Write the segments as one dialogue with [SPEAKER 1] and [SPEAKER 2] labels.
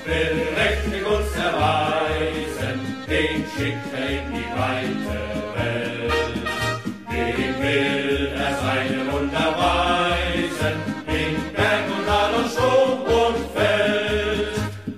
[SPEAKER 1] will mächtig uns erweisen, den schickt in die weite Welt. Dem will seine Wunder weisen, in Berg und Tal und Sturm und Feld.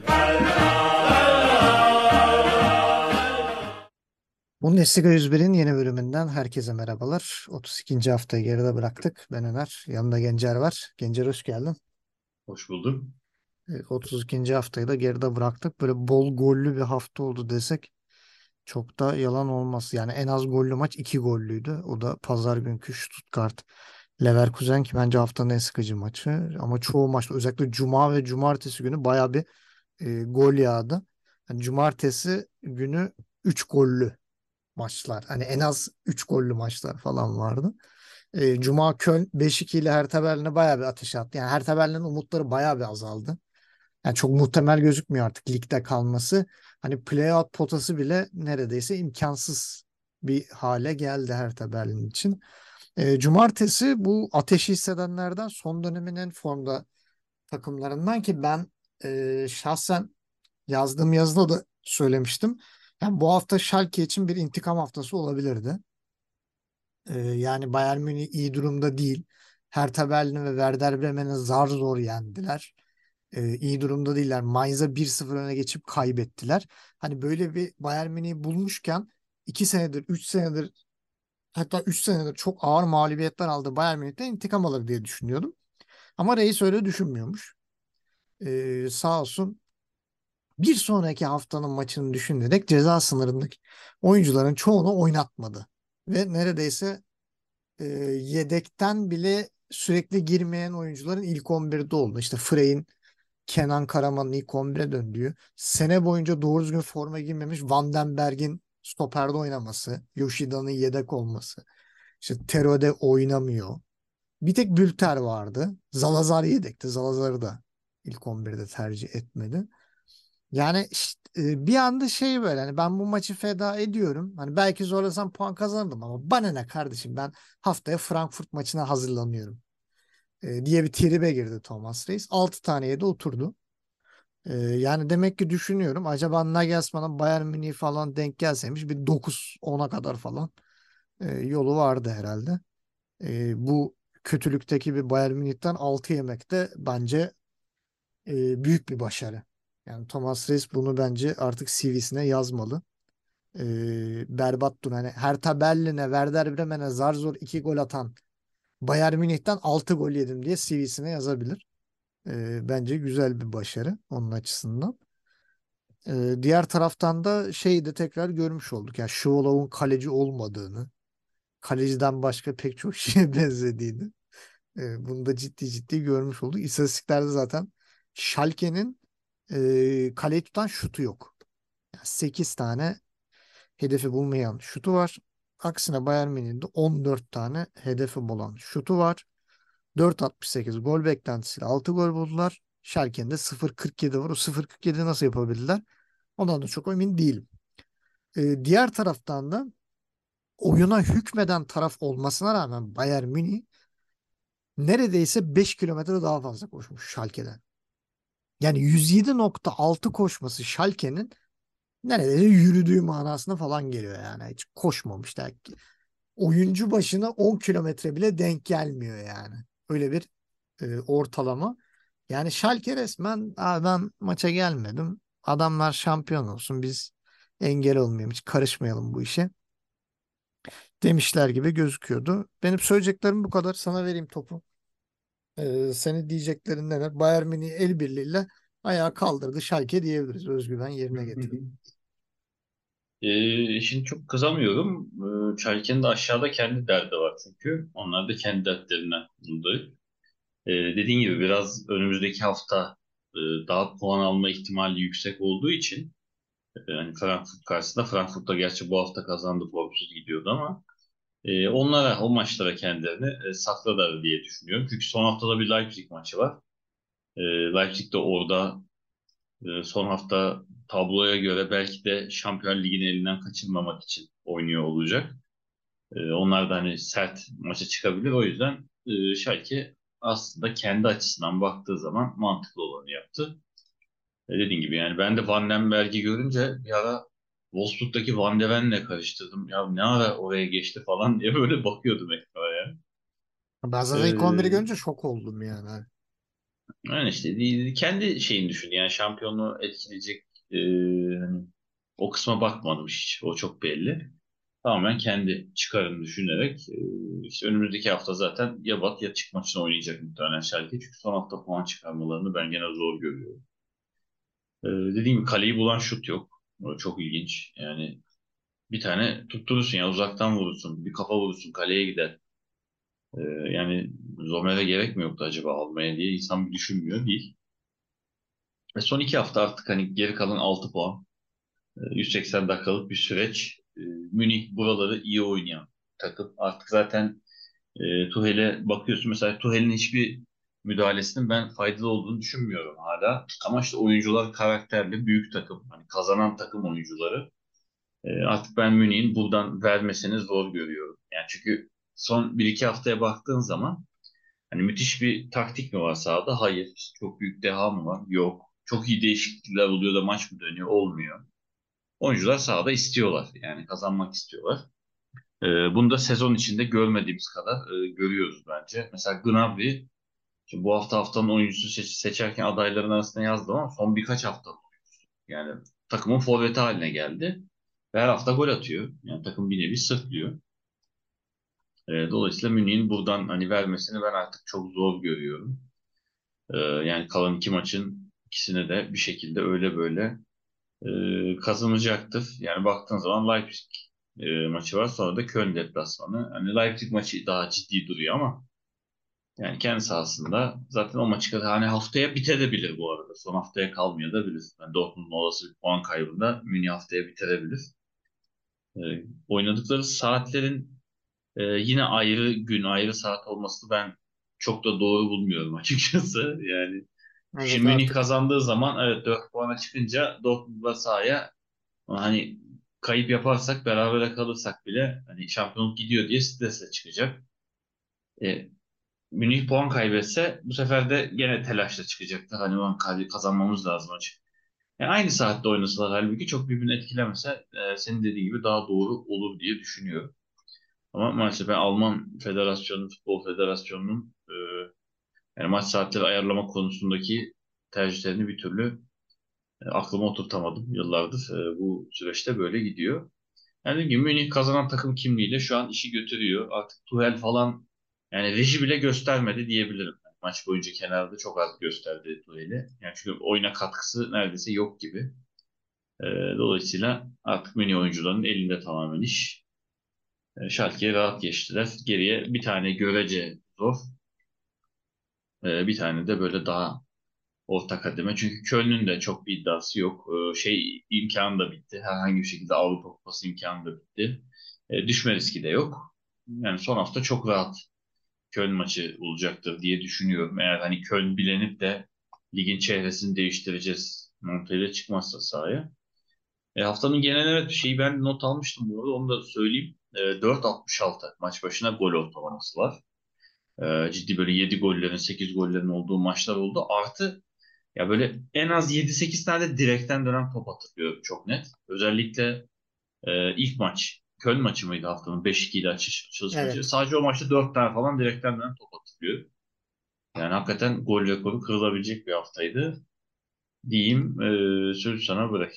[SPEAKER 2] Bundesliga 101'in yeni bölümünden herkese merhabalar. 32. haftayı geride bıraktık. Ben Öner. Yanımda Gencer var. Gencer hoş geldin.
[SPEAKER 3] Hoş buldum.
[SPEAKER 2] 32. haftayı da geride bıraktık. Böyle bol gollü bir hafta oldu desek çok da yalan olmaz. Yani en az gollü maç 2 gollüydü. O da pazar günkü Stuttgart Leverkusen ki bence haftanın en sıkıcı maçı. Ama çoğu maçta özellikle Cuma ve Cumartesi günü baya bir gol yağdı. Yani Cumartesi günü 3 gollü maçlar. Hani en az 3 gollü maçlar falan vardı. Cuma Köln 5-2 ile Hertha Berlin'e bayağı bir ateş attı. Yani Hertha Berlin'in umutları bayağı bir azaldı. Yani çok muhtemel gözükmüyor artık ligde kalması. Hani playout potası bile neredeyse imkansız bir hale geldi Hertha Berlin için. Cumartesi bu ateşi hissedenlerden son dönemin en formda takımlarından ki ben şahsen yazdığım yazıda da söylemiştim. Yani bu hafta Schalke için bir intikam haftası olabilirdi. Yani Bayern Münih iyi durumda değil. Hertha Berlin ve Werder Bremen'i zar zor yendiler. İyi durumda değiller. Mainz'a 1-0 öne geçip kaybettiler. Hani böyle bir Bayern Münih'i bulmuşken 2 senedir, 3 senedir hatta 3 senedir çok ağır mağlubiyetler aldı Bayern Münih'ten intikam alır diye düşünüyordum. Ama reis öyle düşünmüyormuş. Sağ olsun bir sonraki haftanın maçını düşünerek ceza sınırındaki oyuncuların çoğunu oynatmadı. Ve neredeyse yedekten bile sürekli girmeyen oyuncuların ilk 11'de oldu. İşte Frey'in Kenan Karaman'ın ilk 11'e döndüğü, sene boyunca doğru düzgün forma giymemiş Van den Berg'in stoperde oynaması, Yoshida'nın yedek olması, işte Terode oynamıyor. Bir tek Bülter vardı. Zalazar yedekti. Zalazar'ı da ilk 11'de tercih etmedi. Yani işte, bir anda şey böyle hani ben bu maçı feda ediyorum. Hani belki zorlasam puan kazanırdım ama bana ne kardeşim ben haftaya Frankfurt maçına hazırlanıyorum. Diye bir tribe girdi Thomas Reis. 6 taneye de oturdu. Yani demek ki düşünüyorum acaba Nagelsmann'ın Bayern Münih falan denk gelseymiş bir 9-10'a kadar falan yolu vardı herhalde. Bu kötülükteki bir Bayern Münih'ten 6 yemek de bence büyük bir başarı. Yani Thomas Reis bunu bence artık CV'sine yazmalı. Berbat dur. Hani Hertha Berlin'e, Werder Bremen'e zar zor 2 gol atan Bayern Münih'ten 6 gol yedim diye CV'sine yazabilir. Bence güzel bir başarı onun açısından. Diğer taraftan da şeyi de tekrar görmüş olduk. Yani Şuvalov'un kaleci olmadığını, kaleciden başka pek çok şeye benzediğini. Bunu da ciddi ciddi görmüş olduk. İstatistiklerde zaten Schalke'nin kaleyi tutan şutu yok. Yani 8 tane hedefi bulmayan şutu var. Aksine Bayern Münih'in de 14 tane hedefi bulan şutu var. 4,68 gol beklentisiyle 6 gol buldular. Schalke'nin de 0,47 var. O 0,47 nasıl yapabildiler? Ondan da çok emin değilim. Diğer taraftan da oyuna hükmeden taraf olmasına rağmen Bayern Münih neredeyse 5 kilometre daha fazla koşmuş Schalke'den. Yani 107,6 koşması Schalke'nin neredeyse yürüdüğü manasına falan geliyor yani. Hiç koşmamış da. Oyuncu başına 10 kilometre bile denk gelmiyor yani. Öyle bir ortalama. Yani Schalke resmen ben maça gelmedim. Adamlar şampiyon olsun biz engel olmayalım hiç karışmayalım bu işe demişler gibi gözüküyordu. Benim söyleyeceklerim bu kadar. Sana vereyim topu. Senin diyeceklerin neler? Bayern Münih el birliğiyle ayağa kaldırdı. Schalke diyebiliriz. Özgüven yerine getirdi.
[SPEAKER 3] Şimdi çok kızamıyorum. Çayken'in de aşağıda kendi derdi var çünkü. Onlar da kendi dertlerinden muzdarip. Dediğin gibi biraz önümüzdeki hafta daha puan alma ihtimali yüksek olduğu için hani Frankfurt karşısında Frankfurt'ta gerçi bu hafta kazandı formsuz gidiyordu ama onlara o maçlara kendilerini sakladılar diye düşünüyorum. Çünkü son haftada bir Leipzig maçı var. Leipzig de orada son hafta tabloya göre belki de Şampiyon Ligi'ni elinden kaçırmamak için oynuyor olacak. Onlar da hani sert maça çıkabilir. O yüzden Schalke aslında kendi açısından baktığı zaman mantıklı olanı yaptı. Dediğin gibi yani ben de Van den Berg'i görünce bir ara Wolfsburg'daki Van de Ven'le karıştırdım. Ya ne ara oraya geçti falan diye böyle bakıyordum ekrana ya.
[SPEAKER 2] Ben zaten ilk 11'i
[SPEAKER 3] Ee,
[SPEAKER 2] görünce şok oldum yani.
[SPEAKER 3] Yani işte kendi şeyini düşün. Yani şampiyonluğu etkileyecek e, hani o kısma bakmadım hiç. O çok belli. Tamamen kendi çıkarını düşünerek işte önümüzdeki hafta zaten ya bat ya çık maçını oynayacak muhtemelen Schalke. Çünkü son hafta puan çıkarmalarını ben gene zor görüyorum. Dediğim gibi kaleyi bulan şut yok. O çok ilginç. Yani bir tane tutturursun ya uzaktan vurursun. Bir kafa vurursun kaleye gider. Yani Zomer'e gerek mi yoktu acaba almaya diye insan bir düşünmüyor değil. Ve son 2 hafta artık hani geri kalan 6 puan. 180 dakikalık bir süreç. Münih buraları iyi oynayan takım. Artık zaten Tuhel'e bakıyorsun. Mesela Tuhel'in hiçbir müdahalesinin ben faydalı olduğunu düşünmüyorum hala. Ama işte oyuncular karakterli, büyük takım. Hani kazanan takım oyuncuları. Artık ben Münih'in buradan vermesini zor görüyorum. Yani çünkü son 1-2 haftaya baktığın zaman hani müthiş bir taktik mi var sahada? Hayır. İşte çok büyük deha mı var? Yok. Çok iyi değişiklikler oluyor da maç mı dönüyor? Olmuyor. Oyuncular sahada istiyorlar. Yani kazanmak istiyorlar. Bunu da sezon içinde görmediğimiz kadar görüyoruz bence. Mesela Gnabry, şimdi bu hafta haftanın oyuncusu seçerken adayların arasında yazdım ama son birkaç hafta yani takımın forveti haline geldi. Ve her hafta gol atıyor. Yani takım bir nevi sırtlıyor. Dolayısıyla Münih'in buradan hani vermesini ben artık çok zor görüyorum. Yani kalan 2 maçın ikisine de bir şekilde öyle böyle kazanacaktır. Yani baktığın zaman Leipzig maçı var. Sonra da Köln deplasmanı. Hani Leipzig maçı daha ciddi duruyor ama yani kendi sahasında zaten o maçı kadar hani haftaya bitebilir bu arada. Son haftaya kalmıyor da bilir. Yani Dortmund'un olası bir puan kaybında Münih haftaya bitirebilir. E, Oynadıkları saatlerin yine ayrı gün, ayrı saat olması ben çok da doğru bulmuyorum açıkçası. Yani
[SPEAKER 2] Evet
[SPEAKER 3] şimdi Münih
[SPEAKER 2] artık.
[SPEAKER 3] kazandığı zaman evet 4 puana çıkınca Dortmund'la sahaya ama hani kayıp yaparsak berabere kalırsak bile hani şampiyonluk gidiyor diye stresle çıkacak. E, Münih puan kaybetse bu sefer de gene telaşla çıkacaktır. Hani ulan kazanmamız lazım maçı. Aynı saatte oynasalar halbuki çok birbirini etkilemese senin dediğin gibi daha doğru olur diye düşünüyorum. Ama maalesef ben Alman Federasyonu, Futbol Federasyonu'nun yani maç saatleri ayarlama konusundaki tercihlerini bir türlü aklıma oturtamadım yıllardır. Bu süreçte böyle gidiyor. Yani dediğim gibi Münih kazanan takım kimliğiyle şu an işi götürüyor. Artık Tuhel falan yani reji bile göstermedi diyebilirim. Yani maç boyunca kenarda çok az gösterdi Tuhel'i. Yani çünkü oyuna katkısı neredeyse yok gibi. Dolayısıyla artık Münih oyuncularının elinde tamamen iş. Schalke'ye rahat geçtiler. Geriye bir tane görece zor. Bir tane de böyle daha orta kademe. Çünkü Köln'ün de çok bir iddiası yok. Şey imkanı da bitti. Herhangi bir şekilde Avrupa Kupası imkanı da bitti. Düşme riski de yok. Yani son hafta çok rahat Köln maçı olacaktır diye düşünüyorum. Eğer hani Köln bilenip de ligin çehresini değiştireceğiz mantığıyla çıkmazsa sahaya. Haftanın genel evet bir şeyi ben not almıştım bu arada onu da söyleyeyim. 4.66 maç başına gol ortalaması var. Ciddi böyle 7 gollerin 8 gollerin olduğu maçlar oldu. Artı ya böyle en az 7-8 tane de direkten dönen top hatırlıyorum çok net. Özellikle ilk maç Köln maçı mıydı haftanın 5-2 ile açılış maçı.
[SPEAKER 2] Evet.
[SPEAKER 3] Sadece o maçta 4 tane falan direkten dönen top hatırlıyorum. Yani hakikaten gol rekoru kırılabilecek bir haftaydı. Diyeyim sözü sana bırak.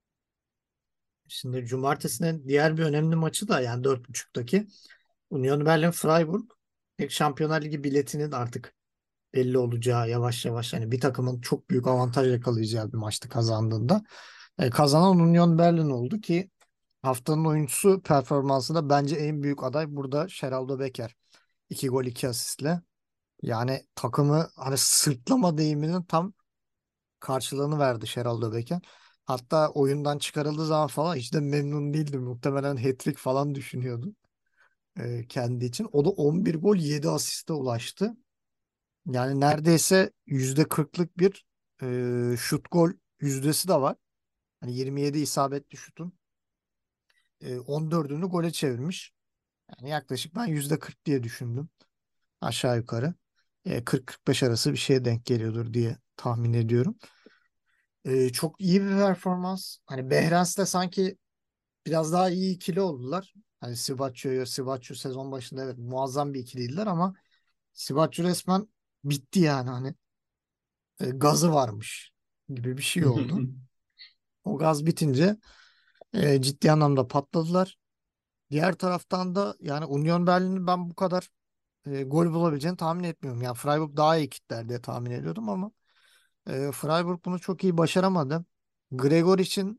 [SPEAKER 2] Şimdi cumartesinin diğer bir önemli maçı da yani 4.30'daki Union Berlin Freiburg. Şampiyonlar Ligi biletinin artık belli olacağı yavaş yavaş hani bir takımın çok büyük avantaj yakalayacağı bir maçtı kazandığında. Kazanan Union Berlin oldu ki haftanın oyuncusu performansı da bence en büyük aday burada Geraldo Becker. 2 gol 2 asistle. Yani takımı hani sırtlama deyiminin tam karşılığını verdi Geraldo Becker. Hatta oyundan çıkarıldığı zaman falan hiç de memnun değildi. Muhtemelen hat-trick falan düşünüyordu kendi için. O da 11 gol 7 asiste ulaştı. Yani neredeyse %40'lık bir şut gol yüzdesi de var. Hani 27 isabetli şutun 14'ünü gole çevirmiş. Yani yaklaşık ben %40 diye düşündüm aşağı yukarı. 40-45 arası bir şeye denk geliyordur diye tahmin ediyorum. Çok iyi bir performans. Hani Behrens'le sanki biraz daha iyi ikili oldular. Hani Sivaccio sezon başında evet muazzam bir ikiliydiler ama Sivaccio resmen bitti yani hani gazı varmış gibi bir şey oldu. O gaz bitince ciddi anlamda patladılar. Diğer taraftan da yani Union Berlin'in ben bu kadar gol bulabileceğini tahmin etmiyorum. Yani Freiburg daha iyi kitler diye tahmin ediyordum ama Freiburg bunu çok iyi başaramadı. Gregor için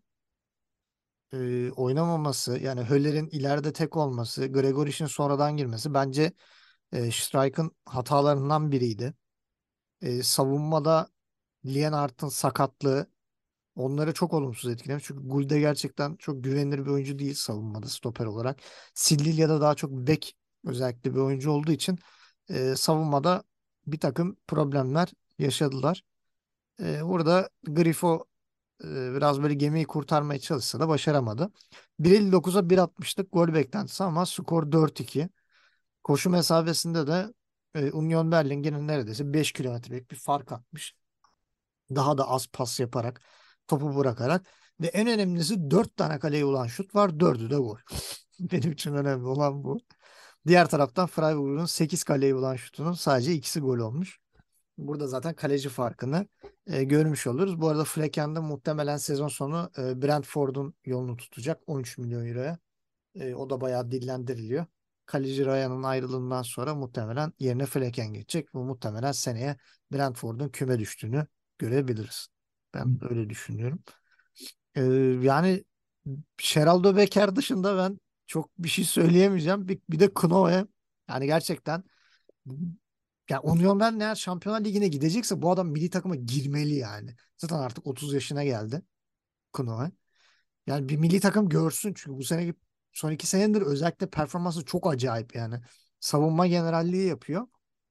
[SPEAKER 2] oynamaması yani Höller'in ileride tek olması, Gregor için sonradan girmesi bence Strike'ın hatalarından biriydi. Savunmada Lienhardt'ın sakatlığı onları çok olumsuz etkilemiş. Çünkü Gulde gerçekten çok güvenilir bir oyuncu değil savunmada stoper olarak. Sildilya'da daha çok bek özellikle bir oyuncu olduğu için savunmada bir takım problemler yaşadılar. Burada Grifo biraz böyle gemiyi kurtarmaya çalışsa da başaramadı. 1.59'a 1.60'lık gol beklentisi ama skor 4-2. Koşu mesafesinde de Union Berlin gene neredeyse 5 kilometrelik bir fark atmış. Daha da az pas yaparak, topu bırakarak ve en önemlisi 4 tane kaleye ulan şut var, 4'ü de gol. Benim için önemli olan bu. Diğer taraftan Freiburg'un 8 kaleye ulan şutunun sadece ikisi gol olmuş. Burada zaten kaleci farkını görmüş oluruz. Bu arada Flecken de muhtemelen sezon sonu Brentford'un yolunu tutacak 13 milyon euroya. O da bayağı dillendiriliyor. Kaleci Ryan'ın ayrılığından sonra muhtemelen yerine Flecken geçecek. Bu muhtemelen seneye Brentford'un küme düştüğünü görebiliriz. Ben öyle düşünüyorum. E, Yani Geraldo Becker dışında ben çok bir şey söyleyemeyeceğim. Bir de Knoe. Yani gerçekten yani Union Berlin eğer Şampiyonlar Ligi'ne gidecekse bu adam milli takıma girmeli yani. Zaten artık 30 yaşına geldi Knoe. Yani bir milli takım görsün çünkü bu seneki son 2 senedir özellikle performansı çok acayip yani. Savunma generalliği yapıyor.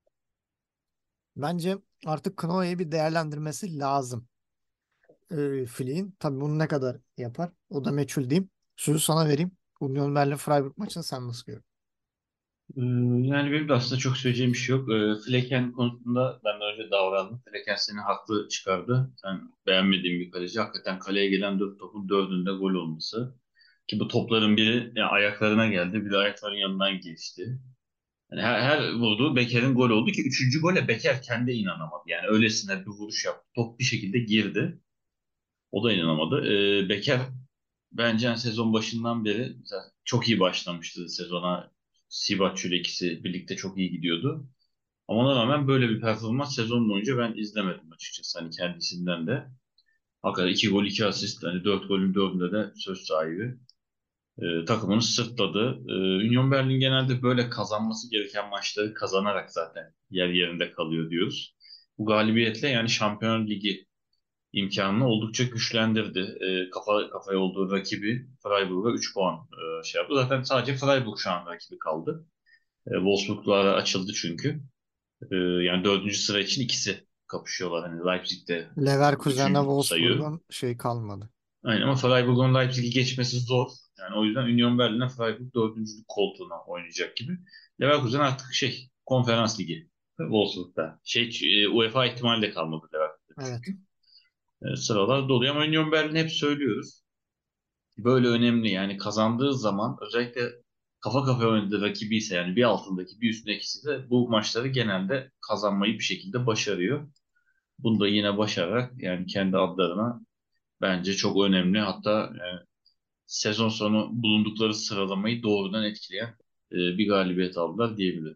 [SPEAKER 2] Bence artık Knoe'yi bir değerlendirmesi lazım. Flick'in. Tabii bunu ne kadar yapar? O da meçhul diyeyim. Sözü sana vereyim. Union Berlin Freiburg maçını sen nasıl görüyorsun?
[SPEAKER 3] Ee, Yani benim de aslında çok söyleyeceğim bir şey yok. Fleken konusunda benden önce davrandım. Fleken seni haklı çıkardı. Sen beğenmediğin bir kaleci. Hakikaten kaleye gelen 4 topun 4'ünde gol olması. Ki bu topların biri yani ayaklarına geldi. Biri ayakların yanından geçti. Yani her vurduğu Beker'in gol oldu ki üçüncü gole Beker kendi inanamadı. Yani öylesine bir vuruş yaptı. Top bir şekilde girdi. O da inanamadı. Beker bence yani sezon başından beri mesela çok iyi başlamıştı sezona. Sivaccio ile ikisi birlikte çok iyi gidiyordu. Ama ona rağmen böyle bir performans sezon boyunca ben izlemedim açıkçası. Hani kendisinden de. Hakikaten 2 gol 2 asist. Hani 4 golün 4'ünde de söz sahibi. Takımını sırtladı. Union Berlin genelde böyle kazanması gereken maçları kazanarak zaten yer yerinde kalıyor diyoruz. Bu galibiyetle yani Şampiyonlar Ligi imkanını oldukça güçlendirdi. Kafa kafaya olduğu rakibi Freiburg'a 3 puan şey yaptı. Zaten sadece Freiburg şu an rakibi kaldı. Wolfsburg'la ara açıldı çünkü. Yani dördüncü sıra için ikisi kapışıyorlar. Hani Leipzig de
[SPEAKER 2] Leverkusen'le
[SPEAKER 3] üçüncü sayıyor.
[SPEAKER 2] Wolfsburg'un şey kalmadı.
[SPEAKER 3] Aynen ama Freiburg'un Leipzig'i geçmesi zor. Yani o yüzden Union Berlin'e Freiburg dördüncülük koltuğuna oynayacak gibi. Leverkusen artık şey konferans ligi Wolfsburg'da. UEFA ihtimali de kalmadı Leverkusen
[SPEAKER 2] Evet.
[SPEAKER 3] çünkü. Sıralar doluyor ama Union Berlin hep söylüyoruz. Böyle önemli yani kazandığı zaman özellikle kafa kafaya oynadığı rakibi ise yani bir altındaki bir üstündekisi de bu maçları genelde kazanmayı bir şekilde başarıyor. Bunu da yine başararak yani kendi adlarına bence çok önemli. Hatta sezon sonu bulundukları sıralamayı doğrudan etkileyen bir galibiyet aldılar diyebilirim.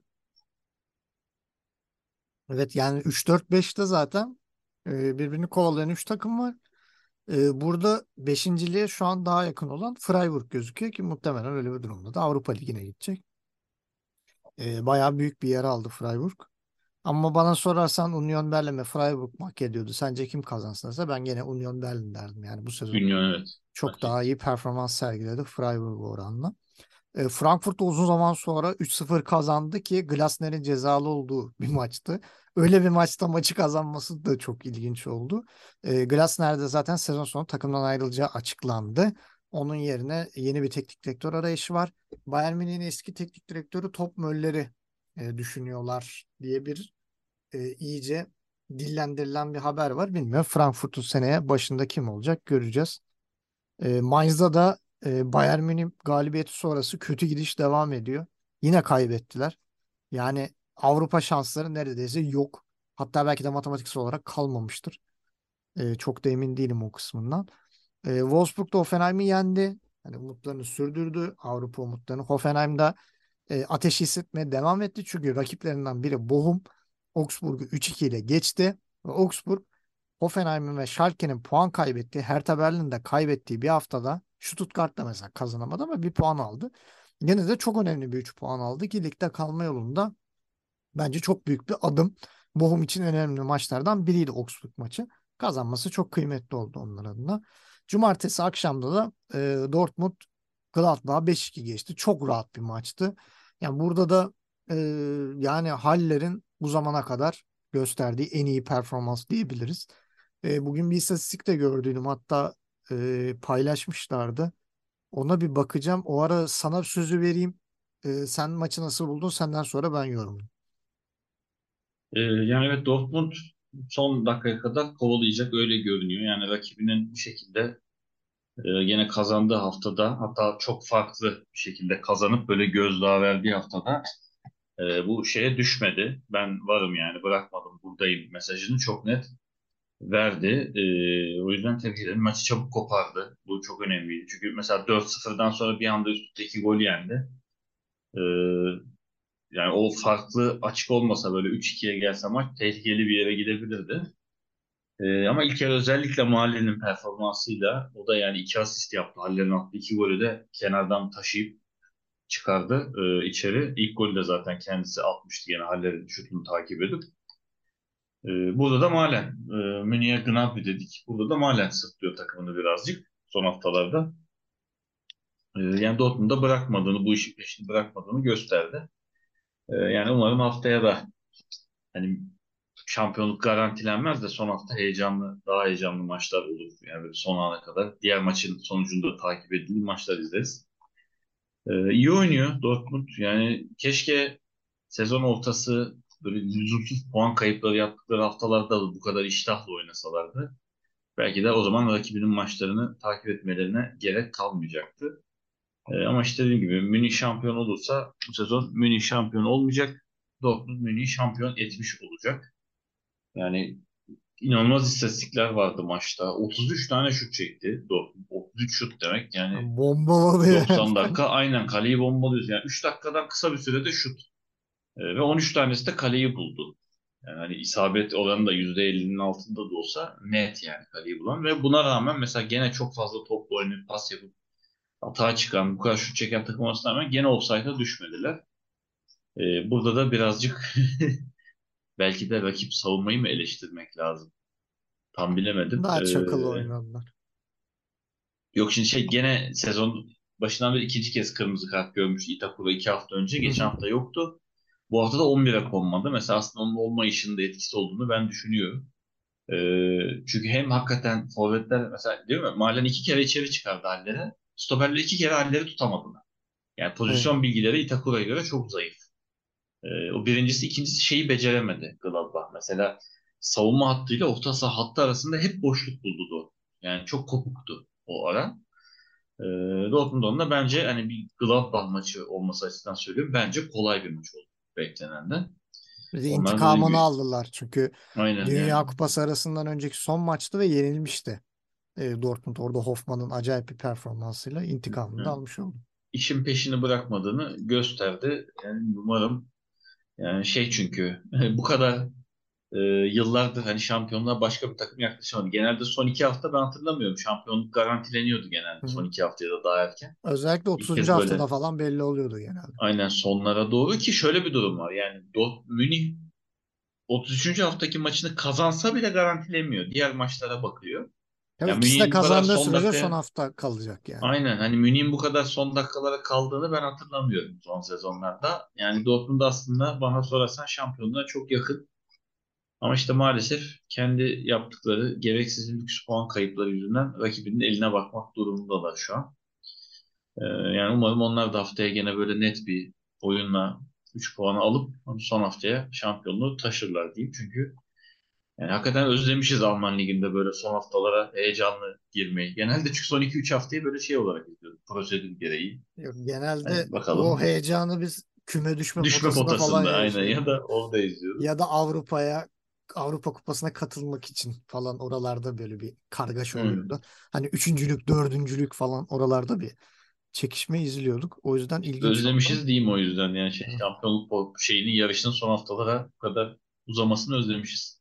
[SPEAKER 2] Evet yani 3-4-5'te zaten birbirini kovalayan 3 takım var. Burada beşinciliğe şu an daha yakın olan Freiburg gözüküyor ki muhtemelen öyle bir durumda da Avrupa Ligi'ne gidecek. Bayağı büyük bir yer aldı Freiburg. Ama bana sorarsan Union Berlin ve Freiburg mu hak ediyordu? Sence kim kazansınsa ben gene Union Berlin derdim. Yani bu sezon
[SPEAKER 3] Union evet.
[SPEAKER 2] çok
[SPEAKER 3] Bence de.
[SPEAKER 2] daha iyi performans sergiledi Freiburg oranla. Frankfurt da uzun zaman sonra 3-0 kazandı ki Glasner'in cezalı olduğu bir maçtı. Öyle bir maçta maçı kazanması da çok ilginç oldu. Glasner de zaten sezon sonu takımdan ayrılacağı açıklandı. Onun yerine yeni bir teknik direktör arayışı var. Bayern Münih'in eski teknik direktörü Top Möller'i düşünüyorlar diye bir iyice dillendirilen bir haber var. Bilmiyorum Frankfurt'un seneye başında kim olacak göreceğiz. Mainz'da da Bayern Münih galibiyeti sonrası kötü gidiş devam ediyor. Yine kaybettiler. Yani Avrupa şansları neredeyse yok. Hatta belki de matematiksel olarak kalmamıştır. Çok da emin değilim o kısmından. Wolfsburg da Hoffenheim'i yendi. Hani umutlarını sürdürdü. Avrupa umutlarını. Hoffenheim'da ateşi hissetmeye devam etti. Çünkü rakiplerinden biri Bochum Augsburg'u 3-2 ile geçti. Ve Augsburg Hoffenheim'in ve Schalke'nin puan kaybettiği, Hertha Berlin'in de kaybettiği bir haftada Stuttgart'ta mesela kazanamadı ama bir puan aldı. Yine de çok önemli bir 3 puan aldı ki ligde kalma yolunda bence çok büyük bir adım. Bochum için önemli maçlardan biriydi Augsburg maçı. Kazanması çok kıymetli oldu onlar adına. Cumartesi akşamda da Dortmund Gladbach'ı 5-2 geçti. Çok rahat bir maçtı. Yani burada da e, yani Haller'in bu zamana kadar gösterdiği en iyi performans diyebiliriz. Bugün bir istatistik de gördüydüm. Hatta paylaşmışlardı. Ona bir bakacağım. O ara sana sözü vereyim. Sen maçı nasıl buldun? Senden sonra ben yorumlayayım.
[SPEAKER 3] Yani evet, Dortmund son dakikaya kadar kovalayacak öyle görünüyor. Yani rakibinin bir şekilde yine kazandığı haftada, hatta çok farklı bir şekilde kazanıp böyle gözdağı verdiği haftada bu şeye düşmedi. Ben varım yani, bırakmadım, buradayım mesajını çok net verdi. O yüzden tebrik ederim. Maçı çabuk kopardı. Bu çok önemliydi. Çünkü mesela 4-0'dan sonra bir anda üst üste 2 gol yendi. E, Yani o farklı açık olmasa, böyle 3-2'ye gelse maç tehlikeli bir yere gidebilirdi. Ama ilk yarı özellikle Mahalle'nin performansıyla, o da yani 2 asist yaptı. Haller'in attığı 2 golü de kenardan taşıyıp çıkardı içeri. İlk golü de zaten kendisi atmıştı, gene Haller'in şutunu takip edip. Burada da Malen. Münih'e Gnabry dedik. Burada da Malen sırtlıyor takımını birazcık son haftalarda. Yani Dortmund'da bırakmadığını, bu işi peşini bırakmadığını gösterdi. Yani umarım haftaya da hani şampiyonluk garantilenmez de son hafta heyecanlı, daha heyecanlı maçlar olur. Yani böyle son ana kadar diğer maçın sonucunda takip edildiği maçlar izleriz. İyi oynuyor Dortmund. Yani keşke sezon ortası böyle lüzumsuz puan kayıpları yaptıkları haftalarda da bu kadar iştahla oynasalardı. Belki de o zaman rakibinin maçlarını takip etmelerine gerek kalmayacaktı. Ama işte dediğim gibi Münih şampiyon olursa bu sezon Münih şampiyon olmayacak. Dortmund Münih'i şampiyon etmiş olacak. Yani inanılmaz istatistikler vardı maçta. 33 tane şut çekti Dortmund. 33 şut demek yani
[SPEAKER 2] Yani bombaladı yani.
[SPEAKER 3] 90 dakika aynen kaleyi bombalıyoruz. Yani 3 dakikadan kısa bir sürede şut. Ve 13 tanesi de kaleyi buldu. Yani hani isabet oranı da %50'nin altında da olsa net yani kaleyi bulan. Ve buna rağmen mesela gene çok fazla topla oynayıp pas yapıp hata çıkan, bu kadar şut çeken takım olmasına rağmen gene offside'a düşmediler. Burada da birazcık belki de rakip savunmayı mı eleştirmek lazım? Tam bilemedim.
[SPEAKER 2] Daha çakılı oynadılar.
[SPEAKER 3] Yok şimdi gene sezon başından beri ikinci kez kırmızı kart görmüş Itakura 2 hafta önce.
[SPEAKER 2] Hı
[SPEAKER 3] Geçen
[SPEAKER 2] hı.
[SPEAKER 3] hafta yoktu. Bu hafta da 11'e konmadı. Mesela aslında onun olmayışının da etkisi olduğunu ben düşünüyorum. Çünkü hem hakikaten forvetler mesela, değil mi? Malen 2 kere içeri çıkardı Haller'e. Stoperler 2 kere Haller'i tutamadılar. Yani
[SPEAKER 2] Evet.
[SPEAKER 3] pozisyon bilgileri Itakura'ya göre çok zayıf. O birincisi. İkincisi şeyi beceremedi Gladbach. Mesela savunma hattıyla orta saha hattı arasında hep boşluk buldu Dortmund. Yani çok kopuktu o ara. Ee, Dortmund da bence hani bir Gladbach maçı olması açısından söylüyorum. Bence kolay bir maç oldu beklenenden.
[SPEAKER 2] Bir de
[SPEAKER 3] Onlar da dediğim
[SPEAKER 2] intikamını
[SPEAKER 3] gibi
[SPEAKER 2] aldılar. Çünkü
[SPEAKER 3] aynen
[SPEAKER 2] Dünya
[SPEAKER 3] yani.
[SPEAKER 2] Kupası arasından önceki son maçtı ve yenilmişti. Dortmund orada Hoffman'ın acayip bir performansıyla intikamını da
[SPEAKER 3] Yani
[SPEAKER 2] almış oldu.
[SPEAKER 3] işin peşini bırakmadığını gösterdi. Yani umarım, yani çünkü bu kadar yıllardır hani şampiyonluğa başka bir takım yaklaşamadı. Genelde son 2 hafta ben hatırlamıyorum. Şampiyonluk garantileniyordu genelde
[SPEAKER 2] Hı
[SPEAKER 3] son
[SPEAKER 2] hı.
[SPEAKER 3] 2 hafta ya da daha erken.
[SPEAKER 2] Özellikle
[SPEAKER 3] İlk
[SPEAKER 2] 30.
[SPEAKER 3] kez
[SPEAKER 2] haftada
[SPEAKER 3] böyle
[SPEAKER 2] falan belli oluyordu genelde.
[SPEAKER 3] aynen sonlara doğru, ki şöyle bir durum var. Yani Münih 33. haftaki maçını kazansa bile garantilemiyor. Diğer maçlara bakıyor.
[SPEAKER 2] Tabii
[SPEAKER 3] Yani
[SPEAKER 2] ikisi de
[SPEAKER 3] Münih'in bu kadar
[SPEAKER 2] kazandığı
[SPEAKER 3] son
[SPEAKER 2] sürece son
[SPEAKER 3] dakikaya
[SPEAKER 2] hafta kalacak yani.
[SPEAKER 3] aynen hani Münih'in bu kadar son dakikalara kaldığını ben hatırlamıyorum son sezonlarda. Yani Dortmund aslında bana sorarsan şampiyonluğa çok yakın. Ama işte maalesef kendi yaptıkları gereksiz lüks puan kayıpları yüzünden rakibinin eline bakmak durumundalar şu an. Yani umarım onlar da haftaya gene böyle net bir oyunla 3 puanı alıp son haftaya şampiyonluğu taşırlar diyeyim. Çünkü Yani hakikaten özlemişiz Alman Ligi'nde böyle son haftalara heyecanlı girmeyi. Genelde çünkü son 2-3 haftayı böyle şey olarak izliyorduk. Prosedür gereği.
[SPEAKER 2] Yok, genelde
[SPEAKER 3] Hani
[SPEAKER 2] o
[SPEAKER 3] bakalım.
[SPEAKER 2] heyecanı biz küme düşme
[SPEAKER 3] Düşme
[SPEAKER 2] potasında falan
[SPEAKER 3] potasında aynen
[SPEAKER 2] yaşıyorduk.
[SPEAKER 3] ya da orada izliyorduk.
[SPEAKER 2] Ya da Avrupa Kupası'na katılmak için falan oralarda böyle bir kargaşa
[SPEAKER 3] Hmm.
[SPEAKER 2] oluyordu. Hani üçüncülük, dördüncülük falan oralarda bir çekişme izliyorduk. O yüzden ilginç oldu.
[SPEAKER 3] Özlemişiz diyeyim o yüzden yani şey, şampiyonluk şeyinin yarışının son haftalara bu kadar uzamasını özlemişiz.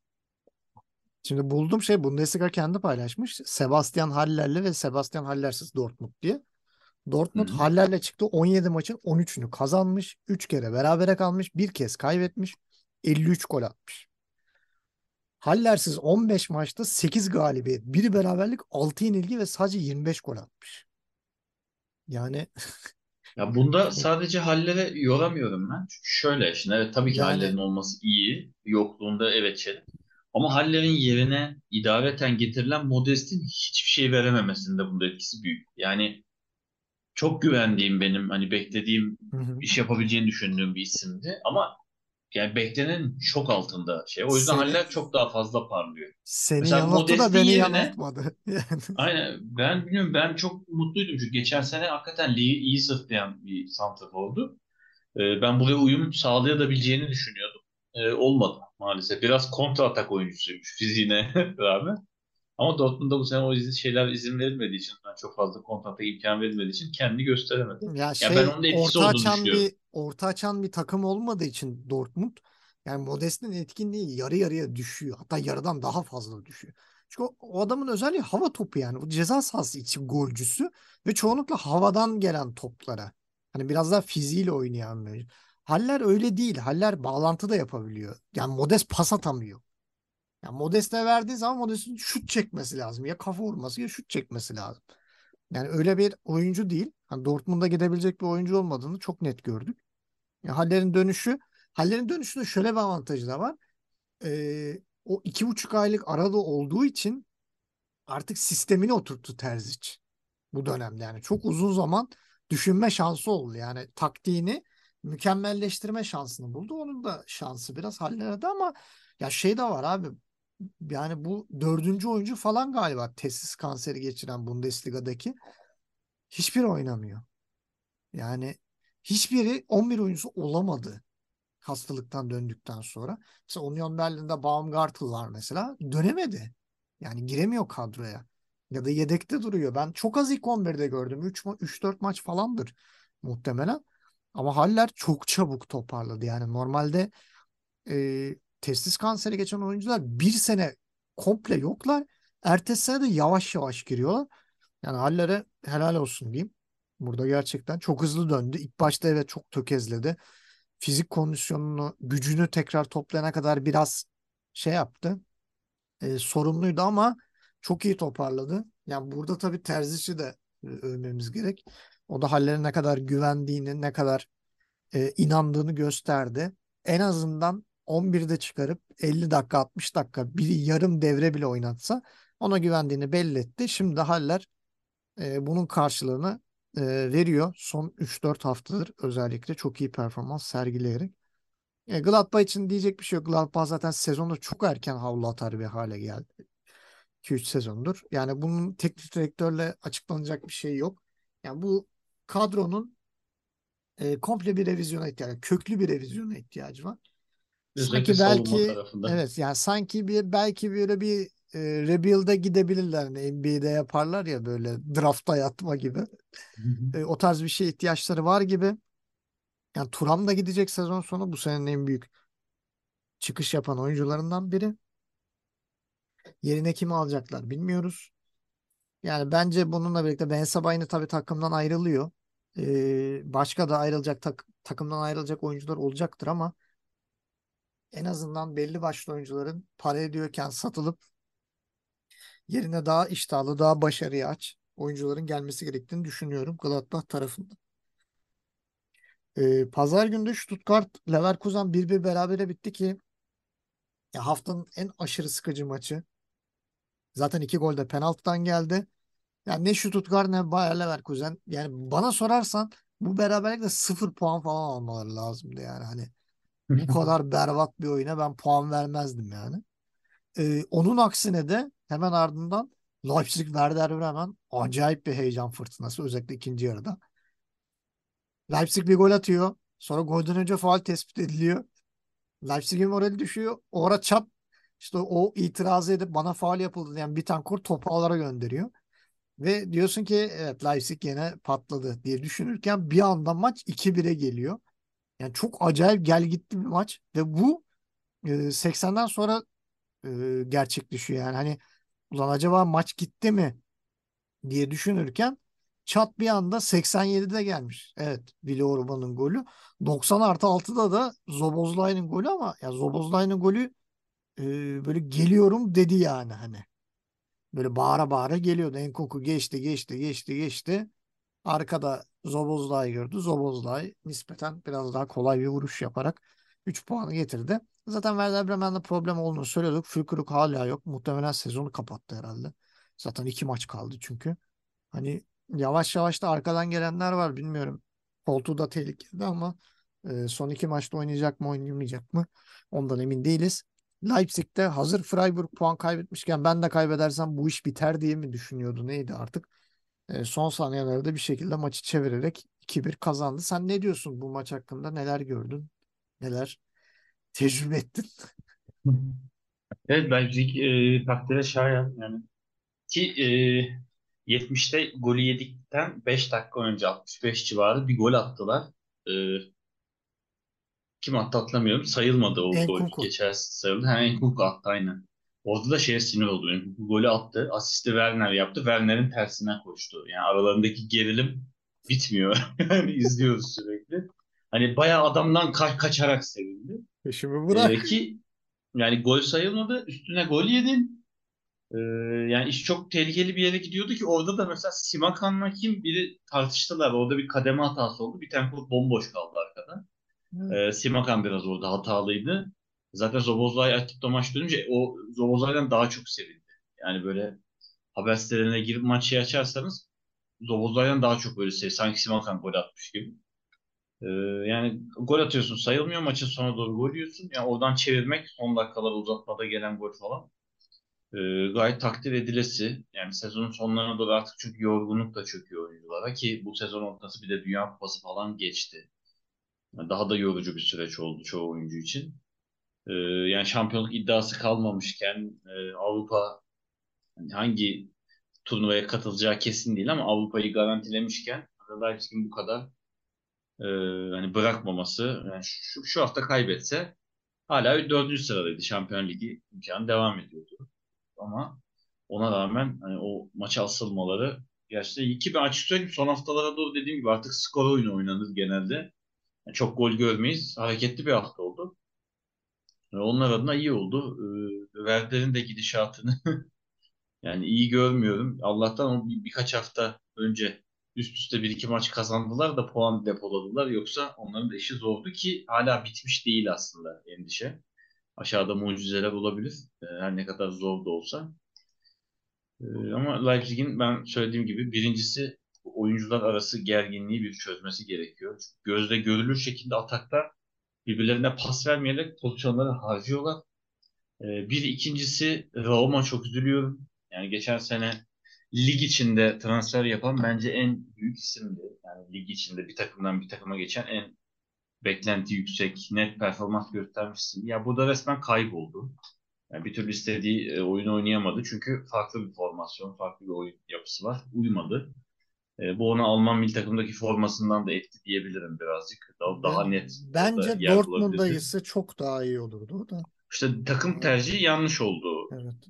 [SPEAKER 2] Şimdi buldum Bundesliga kendi paylaşmış. Sebastian Haller'le ve Sebastian Haller'siz Dortmund diye.
[SPEAKER 3] Hı
[SPEAKER 2] Dortmund
[SPEAKER 3] hı.
[SPEAKER 2] Haller'le çıktı. 17 maçın 13'ünü kazanmış. 3 kere berabere kalmış. Bir kez kaybetmiş. 53 gol atmış. Haller'siz 15 maçta 8 galibiyet, bir beraberlik, 6 yenilgi ve sadece 25 gol atmış. Yani
[SPEAKER 3] Ya bunda sadece Haller'e yoramıyorum ben. Çünkü şöyle şimdi evet tabii ki
[SPEAKER 2] yani
[SPEAKER 3] Haller'in olması iyi. Yokluğunda evet şey. Ama Haller'in yerine idareten getirilen Modest'in hiçbir şey verememesinde bunda etkisi büyük. Yani çok güvendiğim benim hani beklediğim
[SPEAKER 2] hı hı.
[SPEAKER 3] iş yapabileceğini düşündüğüm bir isimdi. Ama yani beklenenin çok altında şey. O yüzden
[SPEAKER 2] seni
[SPEAKER 3] Haller çok daha fazla parlıyor.
[SPEAKER 2] seni
[SPEAKER 3] Mesela
[SPEAKER 2] yanılttı da
[SPEAKER 3] Modest'in
[SPEAKER 2] beni
[SPEAKER 3] yerine
[SPEAKER 2] yanıltmadı. Yani
[SPEAKER 3] aynen ben bilmiyorum ben çok mutluydum çünkü geçen sene hakikaten ligi iyi sırtlayan bir santrafordu. Ben buraya uyum sağlayabileceğini düşünüyordum. Olmadı maalesef. Biraz kontra atak oyuncusuymuş fiziğine rağmen. Ama Dortmund'da bu sene o şeyler izin verilmediği için, yani çok fazla kontra atak imkan verilmediği için kendini gösteremedi.
[SPEAKER 2] ya
[SPEAKER 3] Ya ben onun da etkisi olduğunu düşünüyorum.
[SPEAKER 2] orta açan bir takım olmadığı için Dortmund, yani Modest'in etkinliği yarı yarıya düşüyor. Hatta yarıdan daha fazla düşüyor. Çünkü o adamın özelliği hava topu yani. Bu ceza sahası içi golcüsü ve çoğunlukla havadan gelen toplara. Hani biraz daha fiziğiyle oynayan bir. Haller öyle değil. Haller bağlantı da yapabiliyor. Yani Modest pas atamıyor. Yani Modest'e verdiği zaman Modest'in şut çekmesi lazım. Ya kafa vurması ya şut çekmesi lazım. Yani öyle bir oyuncu değil. Hani Dortmund'a gidebilecek bir oyuncu olmadığını çok net gördük. Ya Haller'in dönüşünde şöyle bir avantajı da var. O 2,5 aylık arada olduğu için artık sistemini oturttu Terzic bu dönemde. Yani çok uzun zaman düşünme şansı oldu. Yani taktiğini mükemmelleştirme şansını buldu. Onun da şansı biraz Haller'de ama ya şey de var abi. Yani bu dördüncü oyuncu falan galiba testis kanseri geçiren Bundesliga'daki hiçbir oynamıyor. Yani hiçbiri 11 oyuncusu olamadı hastalıktan döndükten sonra. Mesela Union Berlin'de Baumgartel var mesela. Dönemedi. Yani giremiyor kadroya. Ya da yedekte duruyor. Ben çok az ilk 11'de gördüm. 3-4 maç falandır muhtemelen. Ama Haller çok çabuk toparladı. Yani normalde testis kanseri geçen oyuncular bir sene komple yoklar. Ertesi sene de yavaş yavaş giriyorlar. Yani Haller'e helal olsun diyeyim. Burada gerçekten çok hızlı döndü. İlk başta evet çok tökezledi. Fizik kondisyonunu, gücünü tekrar toplayana kadar biraz şey yaptı. Sorumluydu ama çok iyi toparladı. Yani burada tabii Terzic'i de övmemiz gerek. O da Haller'e ne kadar güvendiğini, ne kadar inandığını gösterdi. En azından 11'de çıkarıp 50 dakika, 60 dakika bir yarım devre bile oynatsa ona güvendiğini belli etti. Şimdi Haller bunun karşılığını veriyor. Son 3-4 haftadır özellikle çok iyi performans sergileyerek. Gladbach için diyecek bir şey yok. Gladbach zaten sezonda çok erken havlu atar bir hale geldi. 2-3 sezondur. Yani bunun teknik direktörle açıklanacak bir şey yok. Yani bu kadronun komple bir revizyona ihtiyacı, köklü bir revizyona ihtiyacı var.
[SPEAKER 3] Özellikle
[SPEAKER 2] Sanki
[SPEAKER 3] savunma
[SPEAKER 2] belki
[SPEAKER 3] tarafında.
[SPEAKER 2] evet yani sanki belki böyle bir rebuild'e gidebilirler. Hani NBA'de yaparlar ya böyle drafta yatma gibi.
[SPEAKER 3] Hı hı.
[SPEAKER 2] O tarz bir şeye ihtiyaçları var gibi. Yani Thuram da gidecek sezon sonu, bu senenin en büyük çıkış yapan oyuncularından biri. Yerine kimi alacaklar bilmiyoruz. Yani bence bununla birlikte Ben Sebaini tabii takımdan ayrılıyor. Başka da takımdan ayrılacak oyuncular olacaktır ama en azından belli başlı oyuncuların para ediyorken satılıp yerine daha iştahlı, daha başarıya aç oyuncuların gelmesi gerektiğini düşünüyorum Gladbach tarafında. Pazar günü de Stuttgart Leverkusen 1-1 berabere bitti ki ya haftanın en aşırı sıkıcı maçı. Zaten iki gol de penaltıdan geldi. Yani ne Stuttgart ne Bayer Leverkusen. Yani bana sorarsan bu beraberlikle 0 puan falan almaları lazımdı yani. Hani bu kadar berbat bir oyuna ben puan vermezdim yani. Onun aksine de hemen ardından Leipzig Werder Bremen acayip bir heyecan fırtınası, özellikle ikinci yarıda. Leipzig bir gol atıyor. Sonra golden önce faul tespit ediliyor. Leipzig'in morali düşüyor. O ara çat, işte o itiraz edip bana faul yapıldı diyen Bentancur topu ağlara gönderiyor. Ve diyorsun ki evet, Leipzig yine patladı diye düşünürken bir anda maç 2-1'e geliyor. Yani çok acayip gel gitti bir maç ve bu 80'den sonra gerçekleşiyor. Yani hani ulan acaba maç gitti mi diye düşünürken çat bir anda 87'de gelmiş. Evet, Willi Orban'ın golü. 90+6'da da Szoboszlai'nin golü, ama ya Szoboszlai'nin golü böyle geliyorum dedi yani hani. Böyle bağıra bağıra geliyordu. Enkunku geçti geçti geçti geçti. Arkada Szoboszlai gördü. Szoboszlai nispeten biraz daha kolay bir vuruş yaparak 3 puanı getirdi. Zaten Werder Bremen'de problem olduğunu söylüyorduk. Füllkrug hala yok. Muhtemelen sezonu kapattı herhalde. Zaten 2 maç kaldı çünkü. Hani yavaş yavaş da arkadan gelenler var, bilmiyorum. Koltuğu da tehlikeli ama son 2 maçta oynayacak mı oynayamayacak mı ondan emin değiliz. Leipzig'te hazır Freiburg puan kaybetmişken ben de kaybedersem bu iş biter diye mi düşünüyordu neydi artık. Son saniyelerde bir şekilde maçı çevirerek 2-1 kazandı. Sen ne diyorsun bu maç hakkında? Neler gördün? Neler tecrübe ettin?
[SPEAKER 3] Evet, Leipzig takdire şayan yani ki 70'te golü yedikten 5 dakika önce 65 civarı bir gol attılar. E, Kim attı hatırlamıyorum. Sayılmadı o gol.
[SPEAKER 2] Enkunku.
[SPEAKER 3] Geçersiz sayıldı. Ha, Enkunku attı aynen. Orada da şeye sinir oldu. Enkunku golü attı. Asisti Werner yaptı. Werner'in tersine koştu. Yani aralarındaki gerilim bitmiyor. Yani izliyoruz sürekli. Hani bayağı adamdan kaçarak sevindi.
[SPEAKER 2] Peşimi bırak.
[SPEAKER 3] Ki yani gol sayılmadı. Üstüne gol yedin. Ee, Yani iş çok tehlikeli bir yere gidiyordu ki orada da mesela Simakan'la kim biri tartıştılar. Orada bir kademe hatası oldu. Bir tane top bomboş kaldı arkada.
[SPEAKER 2] Evet.
[SPEAKER 3] Simakan biraz orada hatalıydı. Zaten Szoboszlai açıkta maç dönünce o Szoboszlai'den daha çok sevindi. Yani böyle haber sitelerine girip maçı açarsanız Szoboszlai'den daha çok böyle sanki Simakan gol atmış gibi. Ee, Yani gol atıyorsun sayılmıyor, maçın sonuna doğru gol yiyorsun. Yani oradan çevirmek son dakikalar uzatmada gelen gol falan. Gayet takdir edilesi. Yani sezonun sonlarına doğru artık çünkü yorgunluk da çöküyor oyunculara ki bu sezon ortası bir de Dünya Kupası falan geçti. Yani daha da yorucu bir süreç oldu çoğu oyuncu için. Yani şampiyonluk iddiası kalmamışken Avrupa hani hangi turnuvaya katılacağı kesin değil ama Avrupa'yı garantilemişken Leipzig'in bu kadar e, hani bırakmaması yani şu hafta kaybetse hala dördüncü sıradaydı. Şampiyon Ligi imkanı devam ediyordu. Ama ona rağmen hani o maça asılmaları gerçekten iyi ki ben açık söyleyeyim son haftalara doğru dediğim gibi artık skor oyunu oynanır genelde. Yani çok gol görmeyiz. Hareketli bir hafta oldu. Onlar adına iyi oldu. Werder'in de gidişatını yani iyi görmüyorum. Allah'tan o birkaç hafta önce üst üste bir iki maç kazandılar da puan depoladılar. Yoksa onların da işi zordu ki hala bitmiş değil aslında endişe. Aşağıda mucizeler olabilir. Her ne kadar zor da olsa. Ama Leipzig'in ben söylediğim gibi birincisi oyuncular arası gerginliği bir çözmesi gerekiyor. Çünkü gözle görülür şekilde atakta birbirlerine pas vermeyerek pozisyonları harcıyorlar. Bir ikincisi Rauma çok üzülüyorum. Yani geçen sene lig içinde transfer yapan bence en büyük isimdi. Yani lig içinde bir takımdan bir takıma geçen en beklenti yüksek, net performans göstermiş isim. Ya bu da resmen kayboldu. Yani bir türlü istediği oyunu oynayamadı. Çünkü farklı bir formasyon, farklı bir oyun yapısı var. Uymadı. Bu ona Alman milli takımdaki formasından da etti diyebilirim birazcık. Daha net orada
[SPEAKER 2] Bence
[SPEAKER 3] yer
[SPEAKER 2] Dortmund'a
[SPEAKER 3] bulabilirdi.
[SPEAKER 2] ise çok daha iyi olurdu o da.
[SPEAKER 3] İşte takım
[SPEAKER 2] Aa,
[SPEAKER 3] tercihi yanlış oldu.
[SPEAKER 2] evet.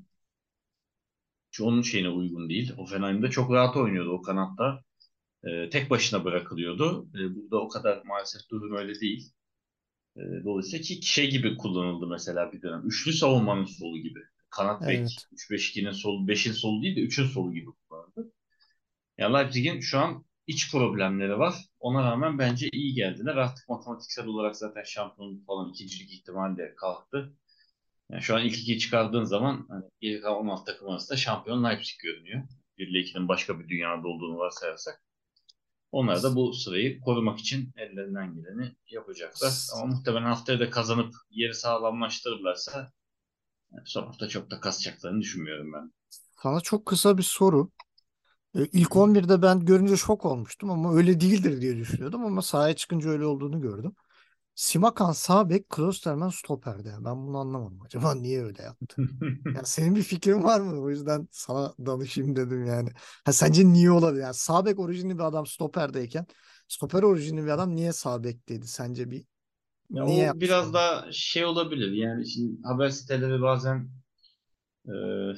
[SPEAKER 3] Çünkü onun şeyine uygun değil. Hoffenheim'de çok rahat oynuyordu o kanatta. Tek başına bırakılıyordu. Burada o kadar maalesef durum öyle değil. Dolayısıyla ki şey gibi kullanıldı mesela bir dönem. Üçlü savunmanın solu gibi. Kanat bek.
[SPEAKER 2] Evet.
[SPEAKER 3] 3-5-2'nin solu, 5'in solu değil de 3'ün solu gibi kullanıldı. Ya Leipzig'in şu an iç problemleri var. Ona rağmen bence iyi geldiler. Artık matematiksel olarak zaten şampiyonluk falan ikincilik ihtimali de kalktı. Yani şu an ilk iki çıkardığın zaman hani geri kalan 16 takım arasında şampiyon Leipzig görünüyor. 1 ile 2'nin başka bir dünyada olduğunu varsayarsak. Onlar da bu sırayı korumak için ellerinden geleni yapacaklar. Ama muhtemelen haftaya da kazanıp yeri sağlamlaştırırlarsa Yani son hafta çok da kasacaklarını düşünmüyorum ben.
[SPEAKER 2] Sana çok kısa bir soru.
[SPEAKER 3] Hı
[SPEAKER 2] İlk
[SPEAKER 3] hı.
[SPEAKER 2] 11'de ben görünce şok olmuştum ama öyle değildir diye düşünüyordum ama sahaya çıkınca öyle olduğunu gördüm. Simakan sağ bek, Kloosterman stoperde. Yani ben bunu anlamadım. Acaba niye öyle yaptı? Ya senin bir fikrin var mı? O yüzden sana danışayım dedim yani. Ha, sence niye olabilir? Yani sağ bek orijinli bir adam stoperdeyken stoper orijinli bir adam niye sağ bekteydi? Sence bir
[SPEAKER 3] Ya
[SPEAKER 2] niye
[SPEAKER 3] o
[SPEAKER 2] yapmış
[SPEAKER 3] biraz
[SPEAKER 2] olabilir?
[SPEAKER 3] daha şey olabilir. Yani şimdi haber siteleri bazen e,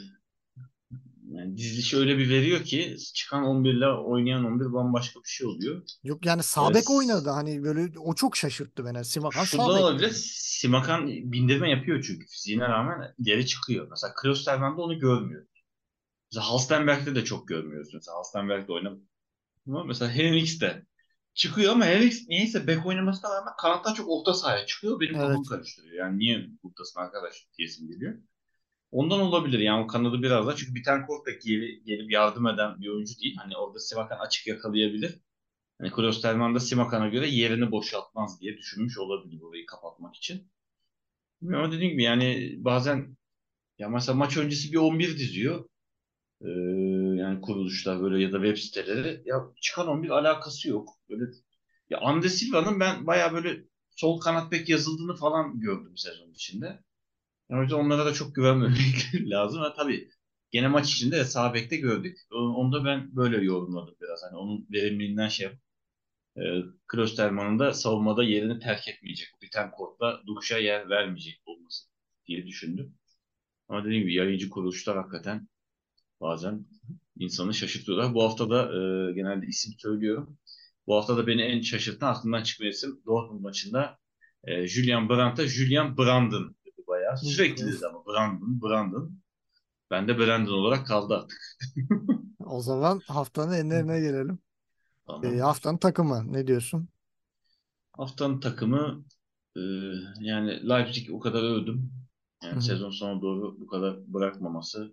[SPEAKER 3] yani dizilişi öyle bir veriyor ki çıkan 11 ile oynayan 11 bambaşka bir şey oluyor.
[SPEAKER 2] Yok yani sağ
[SPEAKER 3] E,
[SPEAKER 2] bek oynadı. Hani böyle o çok şaşırttı beni. Simakan sağ
[SPEAKER 3] Şundan olabilir.
[SPEAKER 2] bekteydi.
[SPEAKER 3] Simakan bindirme yapıyor çünkü fiziğine rağmen geri çıkıyor. Mesela Kloosterman'da onu görmüyor. Mesela Halstenberg'de de çok görmüyorsun. Mesela Halstenberg'de oynamıyor. Ama mesela Henriks de çıkıyor ama Henriks niyeyse bek oynamasına rağmen kanattan çok orta sahaya çıkıyor. Benim kafamı
[SPEAKER 2] Evet.
[SPEAKER 3] karıştırıyor. Yani niye buradasın arkadaş diyesim geliyor. Ondan olabilir yani o kanadı biraz da. Çünkü Bitancur da gelip yardım eden bir oyuncu değil. Hani orada Simakan açık yakalayabilir. Hani Kloosterman da Simakan'a göre yerini boşaltmaz diye düşünmüş olabilir orayı kapatmak için. Ama dediğim gibi yani bazen ya mesela maç öncesi bir 11 diziyor. Ee, Yani kuruluşlar böyle ya da web siteleri. Ya çıkan 11 alakası yok. Böyle ya Ande Silva'nın ben baya böyle sol kanat bek yazıldığını falan gördüm sezon içinde. Yani o yüzden onlara da çok güvenmemek lazım. Ha, tabii gene maç içinde de sağ bekte gördük. Onu da ben böyle yorumladım biraz. Hani onun verimliliğinden şey yap. E, Kloosterman'ın da savunmada yerini terk etmeyecek. Biten kortla Dukş'a yer vermeyecek olması diye düşündüm. Ama dediğim gibi yayıncı kuruluşlar hakikaten bazen insanı şaşırtıyorlar. Bu hafta da genelde isim söylüyorum. Bu hafta da beni en şaşırtan aklımdan çıkmayan isim Dortmund maçında Julian Brandt'a Julian Brandon dedi bayağı. Sürekli dedi ama Brandon, Brandon. Ben de Brandon olarak kaldı artık.
[SPEAKER 2] O zaman haftanın enlerine gelelim.
[SPEAKER 3] Tamam.
[SPEAKER 2] Haftanın takımı ne diyorsun?
[SPEAKER 3] Haftanın takımı e, yani Leipzig o kadar övdüm.
[SPEAKER 2] Hı
[SPEAKER 3] Yani
[SPEAKER 2] hı.
[SPEAKER 3] sezon sonu doğru bu kadar bırakmaması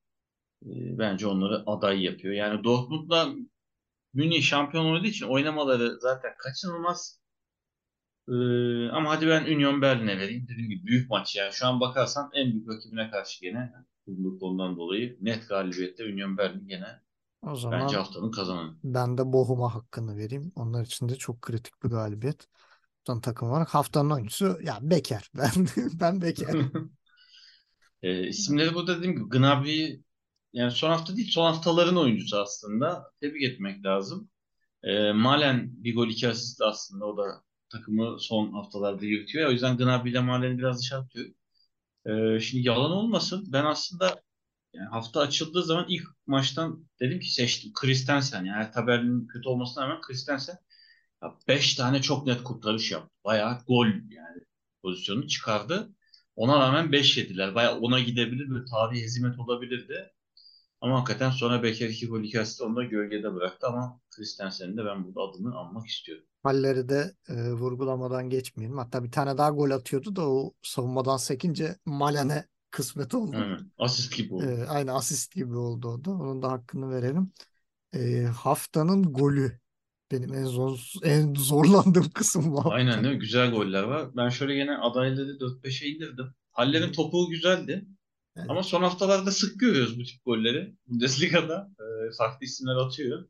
[SPEAKER 3] bence onları aday yapıyor. Yani Dortmund'la Münih şampiyon olduğu için oynamaları zaten kaçınılmaz. Ama hadi ben Union Berlin'e vereyim. Dediğim gibi büyük maç yani. Şu an bakarsan en büyük rakibine karşı gene kuruluk ondan dolayı net galibiyette Union Berlin gene
[SPEAKER 2] O
[SPEAKER 3] bence
[SPEAKER 2] zaman
[SPEAKER 3] haftanın kazananı.
[SPEAKER 2] ben de Bochum'a hakkını vereyim. Onlar için de çok kritik bir galibiyet. Haftanın takım olarak haftanın oyuncusu ya Beker. Ben Beker.
[SPEAKER 3] İsimleri burada dediğim gibi Gnabry yani son hafta değil son haftaların oyuncusu aslında. Tebrik etmek lazım. Malen bir gol iki asist aslında o da takımı son haftalarda yürütüyor. O yüzden Gnabry ile Malen'i biraz dışarı atıyor. Şimdi yalan olmasın ben aslında yani hafta açıldığı zaman ilk maçtan dedim ki seçtim Christensen. Yani tabelinin kötü olmasına rağmen Christensen 5 tane çok net kurtarış yaptı. Bayağı gol yani pozisyonu çıkardı. Ona rağmen 5 yediler. Bayağı ona gidebilir ve tarihi hezimet olabilirdi. Ama hakikaten sonra Beker 2 gol 2 asist onu da gölgede bıraktı ama Christensen'in de ben burada adını almak istiyorum.
[SPEAKER 2] Halleri de vurgulamadan geçmeyelim. Hatta bir tane daha gol atıyordu da o savunmadan sekince Malen'e kısmet oldu.
[SPEAKER 3] Aynen. Asist gibi oldu.
[SPEAKER 2] Aynı asist gibi oldu o da. Onun da hakkını verelim. Haftanın golü. Benim en zorlandığım kısım bu
[SPEAKER 3] Aynen
[SPEAKER 2] hafta.
[SPEAKER 3] değil mi? Güzel goller var. Ben şöyle gene adayları 4-5'e indirdim.
[SPEAKER 2] Hı
[SPEAKER 3] Haller'in
[SPEAKER 2] hı.
[SPEAKER 3] topuğu güzeldi. Ama
[SPEAKER 2] Evet.
[SPEAKER 3] son haftalarda sık görüyoruz bu tip golleri. Bundesliga'da farklı isimler atıyor.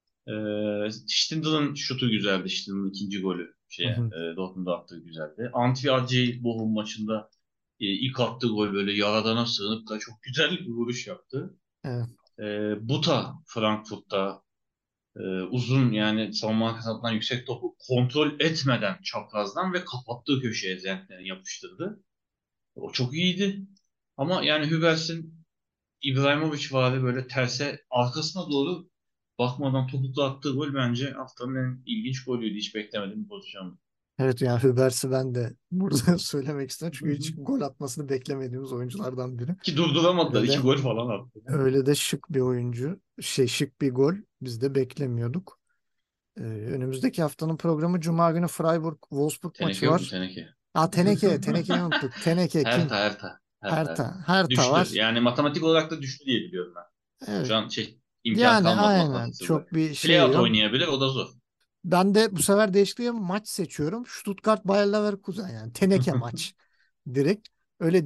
[SPEAKER 3] Stindl'ın şutu güzeldi. Stindl'ın ikinci golü
[SPEAKER 2] Hı hı.
[SPEAKER 3] Dortmund'a attığı güzeldi. Antwi Adji Bochum maçında ilk attığı gol böyle yaradana sığınıp da çok güzel bir vuruş yaptı.
[SPEAKER 2] Evet.
[SPEAKER 3] Buta Frankfurt'ta uzun yani savunma arkasından yüksek topu kontrol etmeden çaprazdan ve kapattığı köşeye Zentner'i yapıştırdı. O çok iyiydi. Ama yani Hübers'in İbrahimovic varı böyle terse arkasına doğru bakmadan topukla attığı gol bence haftanın en ilginç golüydü. Hiç beklemediğim bir pozisyon.
[SPEAKER 2] Evet yani Hübers'i ben de burada söylemek istedim.
[SPEAKER 3] Hı
[SPEAKER 2] Çünkü
[SPEAKER 3] hı.
[SPEAKER 2] hiç gol atmasını beklemediğimiz oyunculardan biri.
[SPEAKER 3] Ki durduramadılar.
[SPEAKER 2] Öyle
[SPEAKER 3] İki
[SPEAKER 2] de
[SPEAKER 3] gol falan attı.
[SPEAKER 2] öyle de şık bir oyuncu. Şık bir gol. Biz de beklemiyorduk. Önümüzdeki haftanın programı Cuma günü Freiburg-Wolfsburg maçı
[SPEAKER 3] Teneke yok mu
[SPEAKER 2] var.
[SPEAKER 3] teneke?
[SPEAKER 2] Teneke'yi unuttuk. Teneke kim?
[SPEAKER 3] Hertha.
[SPEAKER 2] Hertha
[SPEAKER 3] Düştü.
[SPEAKER 2] var.
[SPEAKER 3] Yani matematik olarak da düştü diye biliyorum ben.
[SPEAKER 2] Evet.
[SPEAKER 3] Şu an imkan
[SPEAKER 2] Yani
[SPEAKER 3] kalmadı
[SPEAKER 2] aynen.
[SPEAKER 3] matematiksel
[SPEAKER 2] Çok
[SPEAKER 3] olarak.
[SPEAKER 2] bir şey
[SPEAKER 3] Playout
[SPEAKER 2] yok.
[SPEAKER 3] oynayabilir o da zor.
[SPEAKER 2] Ben de bu sefer değişikliğe maç seçiyorum. Stuttgart Bayer Leverkusen yani. Teneke maç. Direkt. Öyle diyeyim.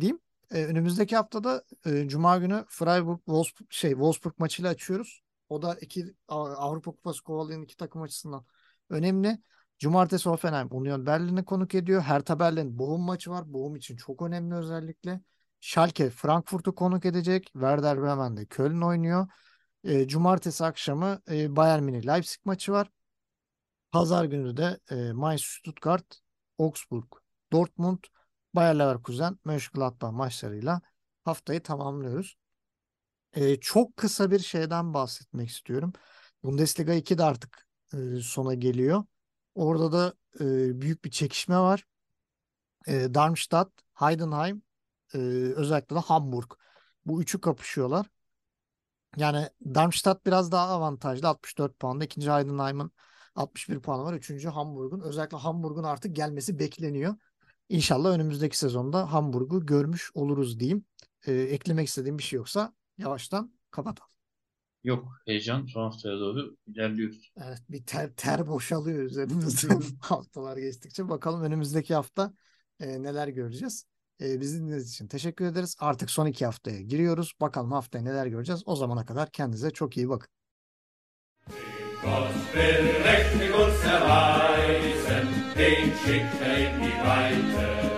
[SPEAKER 2] Önümüzdeki haftada Cuma günü Wolfsburg maçıyla açıyoruz. O da Avrupa Kupası kovalayan iki takım açısından önemli. Cumartesi Hoffenheim Union Berlin'i konuk ediyor. Hertha Berlin Bochum maçı var. Bochum için çok önemli özellikle. Schalke Frankfurt'u konuk edecek. Werder Bremen de Köln oynuyor. Cumartesi akşamı Bayern Münih Leipzig maçı var. Pazar günü de Mainz Stuttgart, Augsburg, Dortmund, Bayer Leverkusen, Mönchengladbach maçlarıyla haftayı tamamlıyoruz. Çok kısa bir şeyden bahsetmek istiyorum. Bundesliga 2 de artık sona geliyor. Orada da büyük bir çekişme var. Darmstadt, Heidenheim, e, özellikle de Hamburg. Bu üçü kapışıyorlar. Yani Darmstadt biraz daha avantajlı 64 puanda. İkinci Heidenheim'ın 61 puanı var. Üçüncü Hamburg'un. Özellikle Hamburg'un artık gelmesi bekleniyor. İnşallah önümüzdeki sezonda Hamburg'u görmüş oluruz diyeyim. Eklemek istediğim bir şey yoksa yavaştan kapatalım.
[SPEAKER 3] Yok, heyecan son haftaya doğru ilerliyoruz.
[SPEAKER 2] Evet, bir ter boşalıyor üzerimizden haftalar geçtikçe. Bakalım önümüzdeki hafta neler göreceğiz. Bizi dinlediğiniz için teşekkür ederiz. Artık son 2 haftaya giriyoruz. Bakalım haftaya neler göreceğiz. O zamana kadar kendinize çok iyi bakın.
[SPEAKER 1] Gott will mächtig uns erweisen, den schickt in die Weite